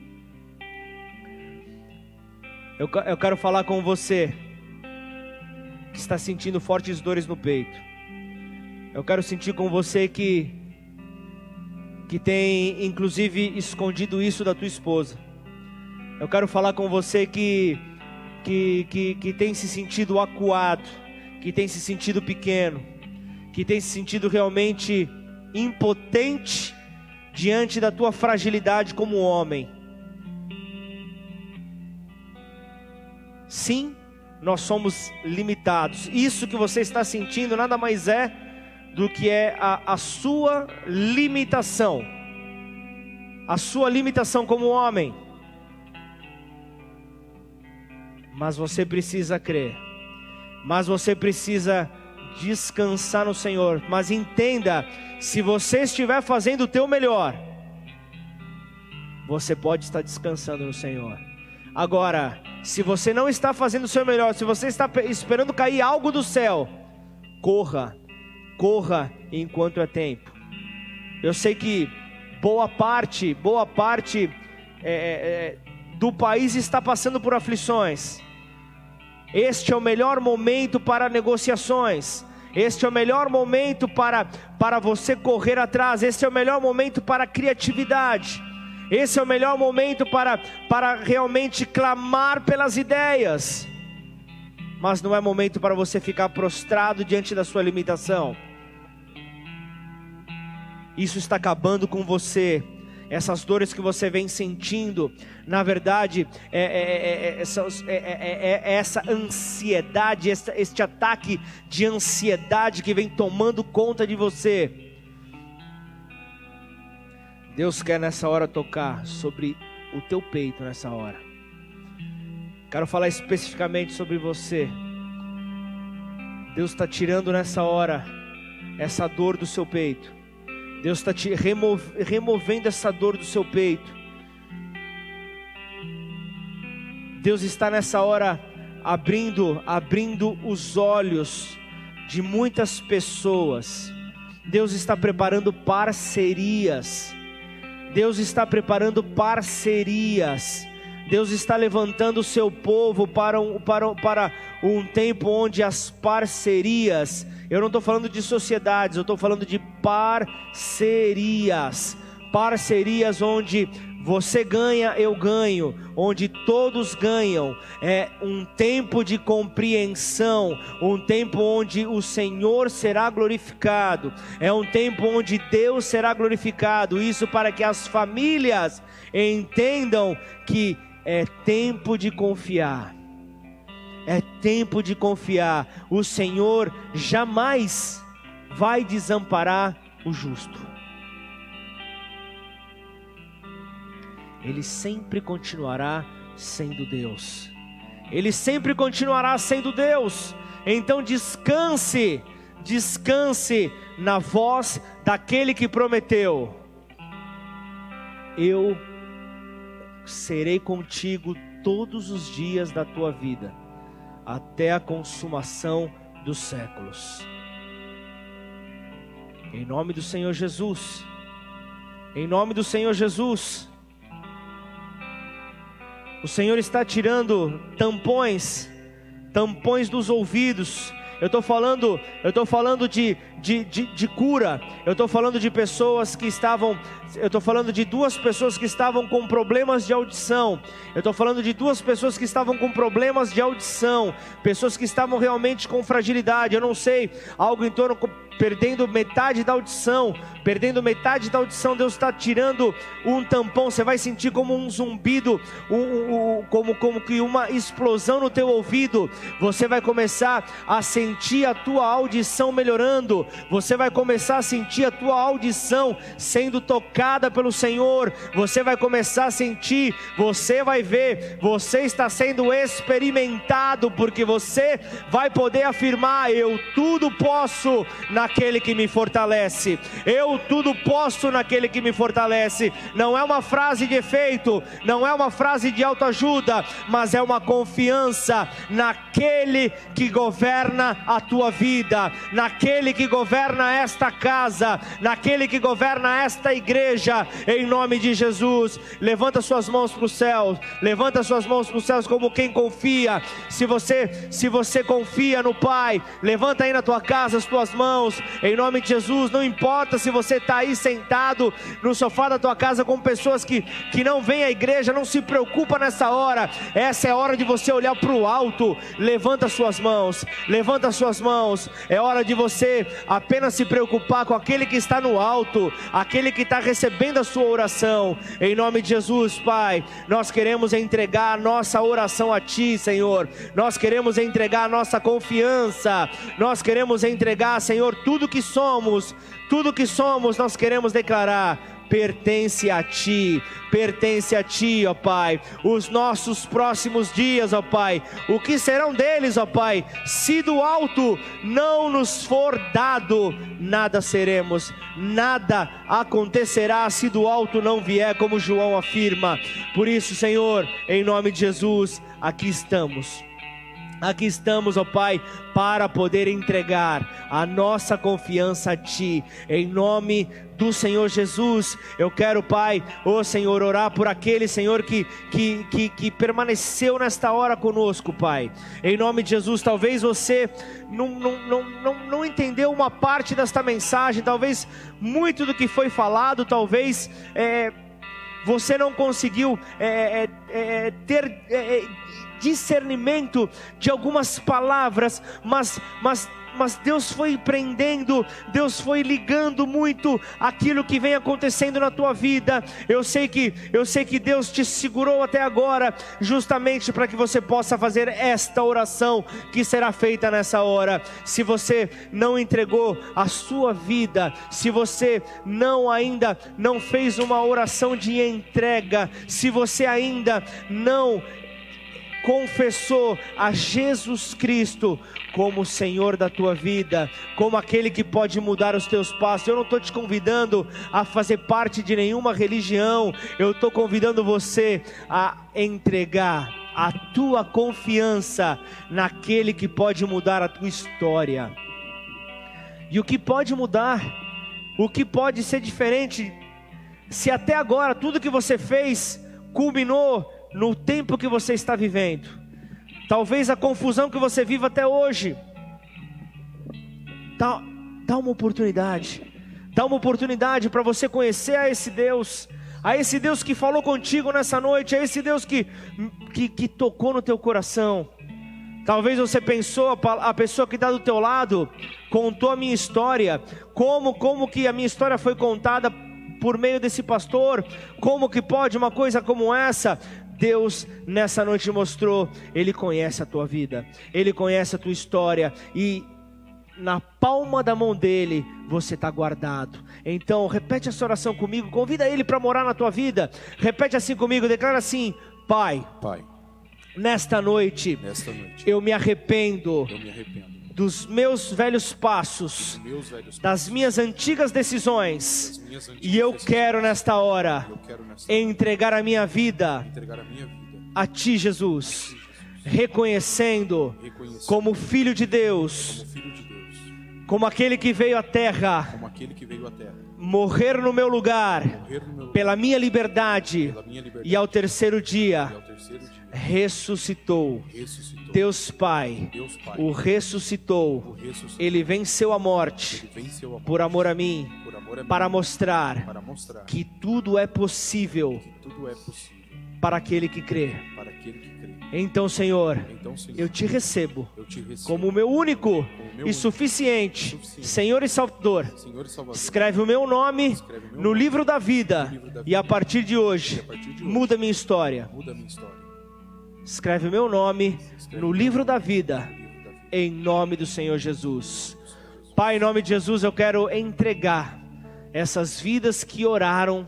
Eu, eu quero falar com você que está sentindo fortes dores no peito. Eu quero sentir com você que que tem inclusive escondido isso da tua esposa. Eu quero falar com você que que, que, que tem se sentido acuado, que tem se sentido pequeno, que tem se sentido realmente impotente diante da tua fragilidade como homem. Sim, nós somos limitados. Isso que você está sentindo nada mais é do que é a, a sua limitação, a sua limitação como homem. Mas você precisa crer, mas você precisa descansar no Senhor. Mas entenda, se você estiver fazendo o teu melhor, você pode estar descansando no Senhor. Agora, se você não está fazendo o seu melhor, se você está esperando cair algo do céu, corra, corra enquanto é tempo. Eu sei que boa parte, boa parte é, é, do país está passando por aflições. Este é o melhor momento para negociações. Este é o melhor momento para, para você correr atrás. Este é o melhor momento para a criatividade. Esse é o melhor momento para, para realmente clamar pelas ideias. mas não é momento para você ficar prostrado diante da sua limitação. Isso está acabando com você. Essas dores que você vem sentindo, na verdade, é, é, é, é, é, é essa ansiedade, esse, este ataque de ansiedade que vem tomando conta de você. Deus quer nessa hora tocar sobre o teu peito nessa hora. Quero falar especificamente sobre você. Deus está tirando nessa hora essa dor do seu peito. Deus está te remove, removendo essa dor do seu peito. Deus está nessa hora abrindo, abrindo os olhos de muitas pessoas. Deus está preparando parcerias. Deus está preparando parcerias. Deus está levantando o seu povo para um, para, para um tempo onde as parcerias, eu não estou falando de sociedades, eu estou falando de parcerias, parcerias onde você ganha, eu ganho, onde todos ganham. É um tempo de compreensão, um tempo onde o Senhor será glorificado, é um tempo onde Deus será glorificado. Isso para que as famílias entendam que é tempo de confiar. É tempo de confiar. O Senhor jamais vai desamparar o justo. Ele sempre continuará sendo Deus. Ele sempre continuará sendo Deus. Então descanse, descanse na voz daquele que prometeu: eu serei contigo todos os dias da tua vida, até a consumação dos séculos. Em nome do Senhor Jesus, em nome do Senhor Jesus, o Senhor está tirando tampões, tampões dos ouvidos. Eu estou falando, eu estou falando de, de, de, de cura. Eu estou falando de pessoas que estavam, eu estou falando de duas pessoas que estavam com problemas de audição. Eu estou falando de duas pessoas que estavam com problemas de audição, pessoas que estavam realmente com fragilidade. Eu não sei, algo em torno, perdendo metade da audição, perdendo metade da audição. Deus está tirando um tampão. Você vai sentir como um zumbido, um, um, um, como, como que uma explosão no teu ouvido. Você vai começar a sentir a tua audição melhorando. Você vai começar a sentir a tua audição sendo tocada pelo Senhor. Você vai começar a sentir, você vai ver, você está sendo experimentado, porque você vai poder afirmar: eu tudo posso naquele que me fortalece. Eu tudo posso naquele que me fortalece. Não é uma frase de efeito, não é uma frase de autoajuda, mas é uma confiança naquele que governa a tua vida, naquele que governa esta casa, naquele que governa esta igreja. Em nome de Jesus, levanta suas mãos para os céus, levanta suas mãos para os céus como quem confia. Se você, se você confia no Pai, levanta aí na tua casa as tuas mãos, em nome de Jesus. Não importa se você está aí sentado no sofá da tua casa com pessoas que, que não vêm à igreja, não se preocupa nessa hora. Essa é a hora de você olhar para o alto. Levanta suas mãos, levanta suas mãos. É hora de você apenas se preocupar com aquele que está no alto, aquele que está recebendo a sua oração. Em nome de Jesus, Pai, nós queremos entregar a nossa oração a Ti, Senhor. Nós queremos entregar a nossa confiança. Nós queremos entregar, Senhor, tudo que somos, tudo que somos, nós queremos declarar: pertence a Ti, pertence a Ti, ó Pai. Os nossos próximos dias, ó Pai, o que serão deles, ó Pai? Se do alto não nos for dado, nada seremos, nada acontecerá se do alto não vier, como João afirma. Por isso, Senhor, em nome de Jesus, aqui estamos. Aqui estamos, ó Pai, para poder entregar a nossa confiança a Ti. Em nome do Senhor Jesus, eu quero, Pai, ó Senhor, orar por aquele, Senhor, que, que, que, que permaneceu nesta hora conosco, Pai. Em nome de Jesus, talvez você não, não, não, não, não entendeu uma parte desta mensagem, talvez muito do que foi falado, talvez... É, você não conseguiu é, é, é, ter é, discernimento de algumas palavras, mas, mas, mas Deus foi prendendo, Deus foi ligando muito aquilo que vem acontecendo na tua vida. Eu sei que, eu sei que Deus te segurou até agora, justamente para que você possa fazer esta oração que será feita nessa hora. Se você não entregou a sua vida, se você não ainda não fez uma oração de entrega, se você ainda não confessou a Jesus Cristo como o Senhor da tua vida, como aquele que pode mudar os teus passos. Eu não estou te convidando a fazer parte de nenhuma religião, eu estou convidando você a entregar a tua confiança naquele que pode mudar a tua história. E o que pode mudar, o que pode ser diferente, se até agora tudo que você fez culminou no tempo que você está vivendo, talvez a confusão que você vive até hoje, dá, dá uma oportunidade, dá uma oportunidade para você conhecer a esse Deus, a esse Deus que falou contigo nessa noite, a esse Deus que, que, que tocou no teu coração. Talvez você pensou, a pessoa que está do teu lado contou a minha história, como, como que a minha história foi contada por meio desse pastor, como que pode uma coisa como essa? Deus nessa noite mostrou, Ele conhece a tua vida, Ele conhece a tua história, e na palma da mão dEle você está guardado. Então repete essa oração comigo, convida Ele para morar na tua vida, repete assim comigo, declara assim: Pai, Pai, nesta noite, nesta noite eu me arrependo, eu me arrependo dos meus velhos passos, meus velhos das minhas antigas decisões, das minhas antigas e eu decisões. quero nesta hora Eu quero nesta entregar a minha vida entregar a minha vida a Ti, Jesus, reconhecendo reconhecendo como Filho de Deus, como Filho de Deus, como aquele que veio à terra, como aquele que veio à terra, morrer no meu lugar, morrer no meu lugar, pela minha liberdade, pela minha liberdade, e ao terceiro e dia ao terceiro dia ressuscitou. ressuscitou. Deus Pai Deus Pai o ressuscitou, o ressuscitou. Ele venceu a morte Ele venceu a morte por amor a mim, por amor a mim, para mostrar para mostrar que tudo é possível que tudo é possível para aquele que crê. para aquele que crê. Então, Senhor, Então, Senhor, eu te recebo eu te recebo como o meu único meu e único suficiente suficiente Senhor e Salvador. Senhor e Salvador. Escreve o meu nome Escreve o meu no nome livro da vida, no livro da e vida. a partir de E hoje a partir de hoje, muda minha história. muda a minha história. Escreve o meu nome Escreve no o livro meu da nome vida, no livro da vida. em nome do Senhor Jesus. Pai, em nome de Jesus, eu quero entregar essas vidas que oraram,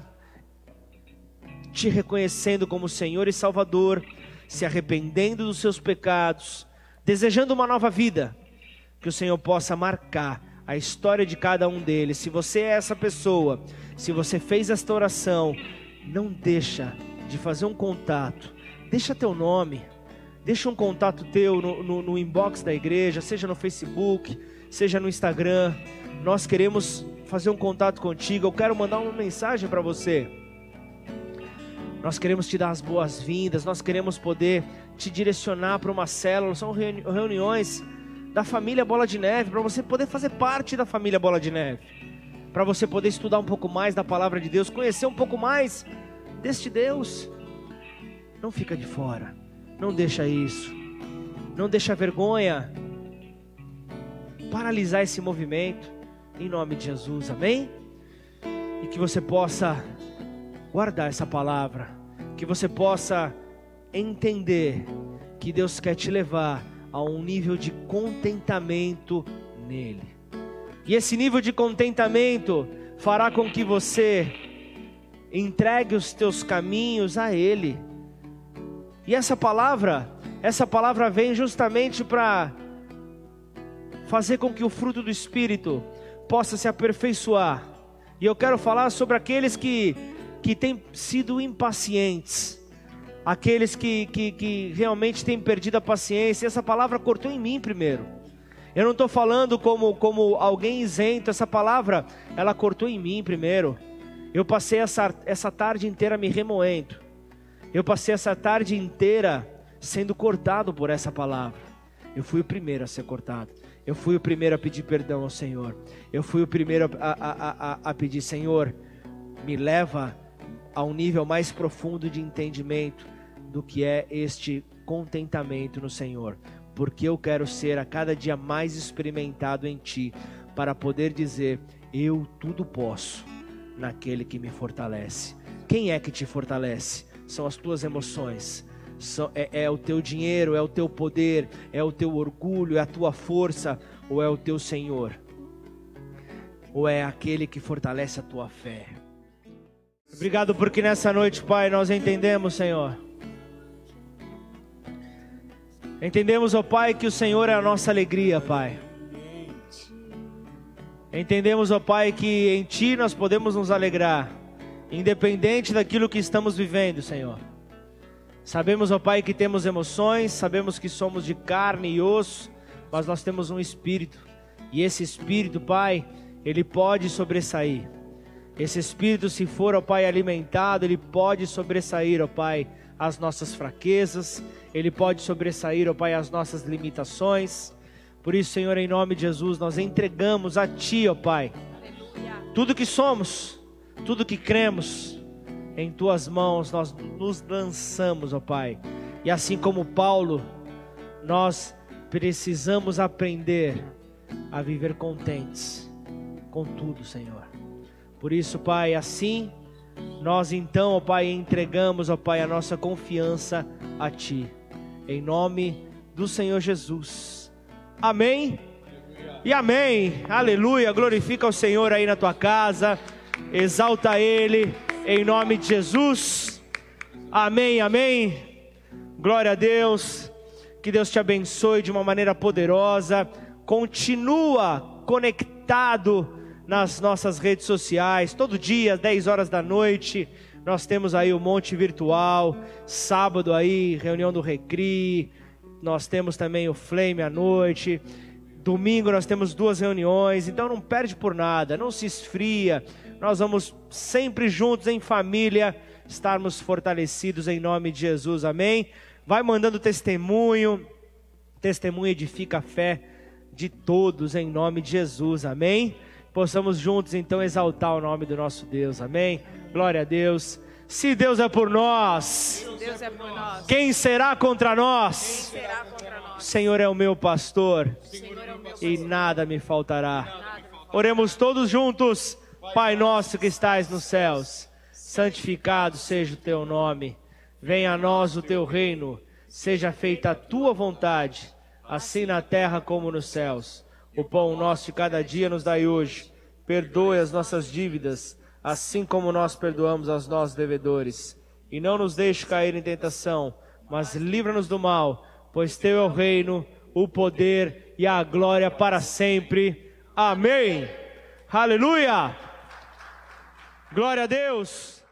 te reconhecendo como Senhor e Salvador, se arrependendo dos seus pecados, desejando uma nova vida, que o Senhor possa marcar a história de cada um deles. Se você é essa pessoa, se você fez esta oração, não deixa de fazer um contato, deixa teu nome, deixa um contato teu no, no, no inbox da igreja, seja no Facebook, seja no Instagram. Nós queremos fazer um contato contigo, eu quero mandar uma mensagem para você. Nós queremos te dar as boas-vindas, nós queremos poder te direcionar para uma célula. São reuni- reuniões da família Bola de Neve, para você poder fazer parte da família Bola de Neve, para você poder estudar um pouco mais da palavra de Deus, conhecer um pouco mais deste Deus. Não fica de fora, não deixa isso, não deixa a vergonha paralisar esse movimento, em nome de Jesus, amém? E que você possa guardar essa palavra, que você possa entender que Deus quer te levar a um nível de contentamento nele, e esse nível de contentamento fará com que você entregue os teus caminhos a Ele. E essa palavra, essa palavra vem justamente para fazer com que o fruto do Espírito possa se aperfeiçoar. E eu quero falar sobre aqueles que, que têm sido impacientes, aqueles que, que, que realmente têm perdido a paciência. Essa palavra cortou em mim primeiro. Eu não estou falando como, como alguém isento, essa palavra, ela cortou em mim primeiro. Eu passei essa, essa tarde inteira me remoendo. Eu passei essa tarde inteira sendo cortado por essa palavra. Eu fui o primeiro a ser cortado. Eu fui o primeiro a pedir perdão ao Senhor. Eu fui o primeiro a, a, a, a pedir: Senhor, me leva a um nível mais profundo de entendimento do que é este contentamento no Senhor, porque eu quero ser a cada dia mais experimentado em Ti, para poder dizer: eu tudo posso naquele que me fortalece. Quem é que te fortalece? São as tuas emoções, São, é, é o teu dinheiro, é o teu poder, é o teu orgulho, é a tua força, ou é o teu Senhor? Ou é aquele que fortalece a tua fé? Obrigado porque nessa noite, Pai, nós entendemos, Senhor. Entendemos, ó Pai, que o Senhor é a nossa alegria, Pai. Entendemos, ó Pai, que em Ti nós podemos nos alegrar, independente daquilo que estamos vivendo, Senhor. Sabemos, ó Pai, que temos emoções, sabemos que somos de carne e osso, mas nós temos um Espírito. E esse Espírito, Pai, ele pode sobressair. Esse Espírito, se for, ó Pai, alimentado, ele pode sobressair, ó Pai, as nossas fraquezas, ele pode sobressair, ó Pai, as nossas limitações. Por isso, Senhor, em nome de Jesus, nós entregamos a Ti, ó Pai, aleluia, tudo que somos, tudo que cremos, em Tuas mãos nós nos lançamos, ó Pai. E assim como Paulo, nós precisamos aprender a viver contentes com tudo, Senhor. Por isso, Pai, assim nós então, ó Pai, entregamos, ó Pai, a nossa confiança a Ti, em nome do Senhor Jesus. Amém e amém, aleluia. Glorifica o Senhor aí na tua casa, exalta Ele, em nome de Jesus. Amém, amém. Glória a Deus. Que Deus te abençoe de uma maneira poderosa. Continua conectado nas nossas redes sociais. Todo dia, dez horas da noite, nós temos aí o Monte Virtual. Sábado aí, reunião do Recri. Nós temos também o Flame à noite. Domingo nós temos duas reuniões. Então não perde por nada, não se esfria. Nós vamos sempre juntos em família, estarmos fortalecidos em nome de Jesus, amém? Vai mandando testemunho, testemunho edifica a fé de todos em nome de Jesus, amém? Possamos juntos então exaltar o nome do nosso Deus, amém? Glória a Deus. Se Deus é por nós, Deus é por nós, quem será contra nós? quem será contra nós? O Senhor é o meu pastor, O Senhor é o meu e pastor, nada me faltará. nada me faltará. Oremos todos juntos. Pai nosso que estais nos céus, santificado seja o teu nome. Venha a nós o teu reino. Seja feita a tua vontade, assim na terra como nos céus. O pão nosso de cada dia nos dai hoje. Perdoe as nossas dívidas, assim como nós perdoamos aos nossos devedores. E não nos deixe cair em tentação, mas livra-nos do mal, pois teu é o reino, o poder e a glória para sempre. Amém. Aleluia. Glória a Deus.